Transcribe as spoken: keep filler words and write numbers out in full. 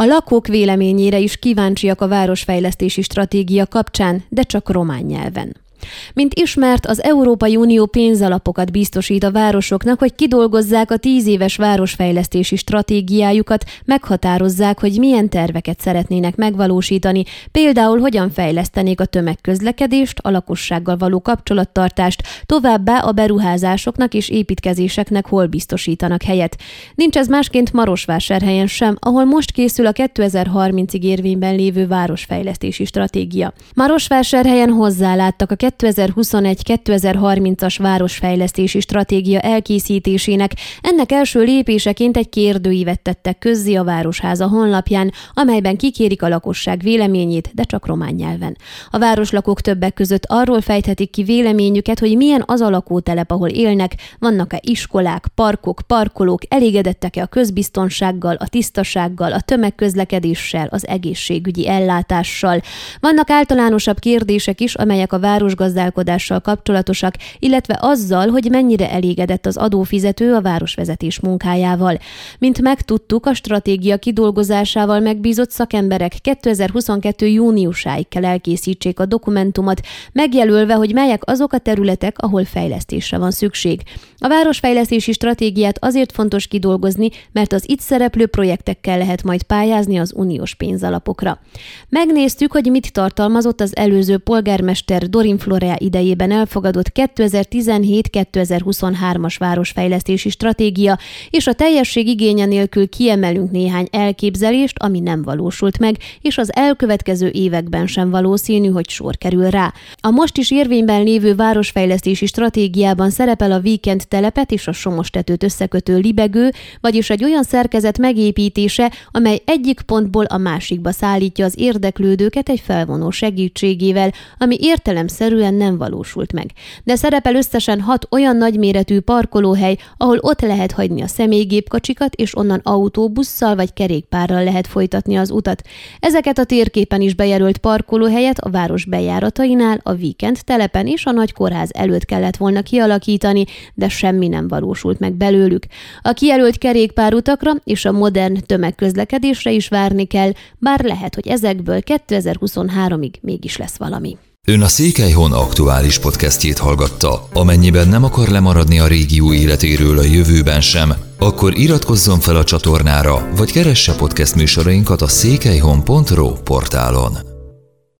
A lakók véleményére is kíváncsiak a városfejlesztési stratégia kapcsán, de csak román nyelven. Mint ismert, az Európai Unió pénzalapokat biztosít a városoknak, hogy kidolgozzák a tíz éves városfejlesztési stratégiájukat, meghatározzák, hogy milyen terveket szeretnének megvalósítani, például hogyan fejlesztenék a tömegközlekedést, a lakossággal való kapcsolattartást, továbbá a beruházásoknak és építkezéseknek hol biztosítanak helyet. Nincs ez másként Marosvásárhelyen sem, ahol most készül a kétezer-harmincig érvényben lévő városfejlesztési stratégia. Marosvásárhelyen hozzáláttak a kétezer-huszonegy kétezer-harmincas városfejlesztési stratégia elkészítésének. Ennek első lépéseként egy kérdőívet tettek közzé a Városháza honlapján, amelyben kikérik a lakosság véleményét, de csak román nyelven. A városlakók többek között arról fejthetik ki véleményüket, hogy milyen az a lakótelep, ahol élnek, vannak-e iskolák, parkok, parkolók, elégedettek-e a közbiztonsággal, a tisztasággal, a tömegközlekedéssel, az egészségügyi ellátással. Vannak általánosabb kérdések is, amelyek a város gazdálkodással kapcsolatosak, illetve azzal, hogy mennyire elégedett az adófizető a városvezetés munkájával. Mint megtudtuk, a stratégia kidolgozásával megbízott szakemberek kétezer-huszonkettő júniusáig kell elkészítsék a dokumentumot, megjelölve, hogy melyek azok a területek, ahol fejlesztésre van szükség. A városfejlesztési stratégiát azért fontos kidolgozni, mert az itt szereplő projektekkel lehet majd pályázni az uniós pénzalapokra. Megnéztük, hogy mit tartalmazott az előző polgármester Dorin Florea idejében elfogadott kétezer-tizenhét kétezer-huszonhármas városfejlesztési stratégia, és a teljesség igénye nélkül kiemelünk néhány elképzelést, ami nem valósult meg, és az elkövetkező években sem valószínű, hogy sor kerül rá. A most is érvényben lévő városfejlesztési stratégiában szerepel a Víkend telepet és a Somostetőt összekötő libegő, vagyis egy olyan szerkezet megépítése, amely egyik pontból a másikba szállítja az érdeklődőket egy felvonó segítségével, ami értelemszerűen nem valósult meg. De szerepel összesen hat olyan nagyméretű parkolóhely, ahol ott lehet hagyni a személygépkocsikat, és onnan autóbusszal vagy kerékpárral lehet folytatni az utat. Ezeket a térképen is bejelölt parkolóhelyet a város bejáratainál, a Víkend telepen és a nagy kórház előtt kellett volna kialakítani, de semmi nem valósult meg belőlük. A kijelölt kerékpárutakra és a modern tömegközlekedésre is várni kell, bár lehet, hogy ezekből kétezer-huszonháromig mégis lesz valami. Ön a Székelyhon aktuális podcastjét hallgatta. Amennyiben nem akar lemaradni a régió életéről a jövőben sem, akkor iratkozzon fel a csatornára, vagy keresse podcast műsorainkat a székelyhon pont ro portálon.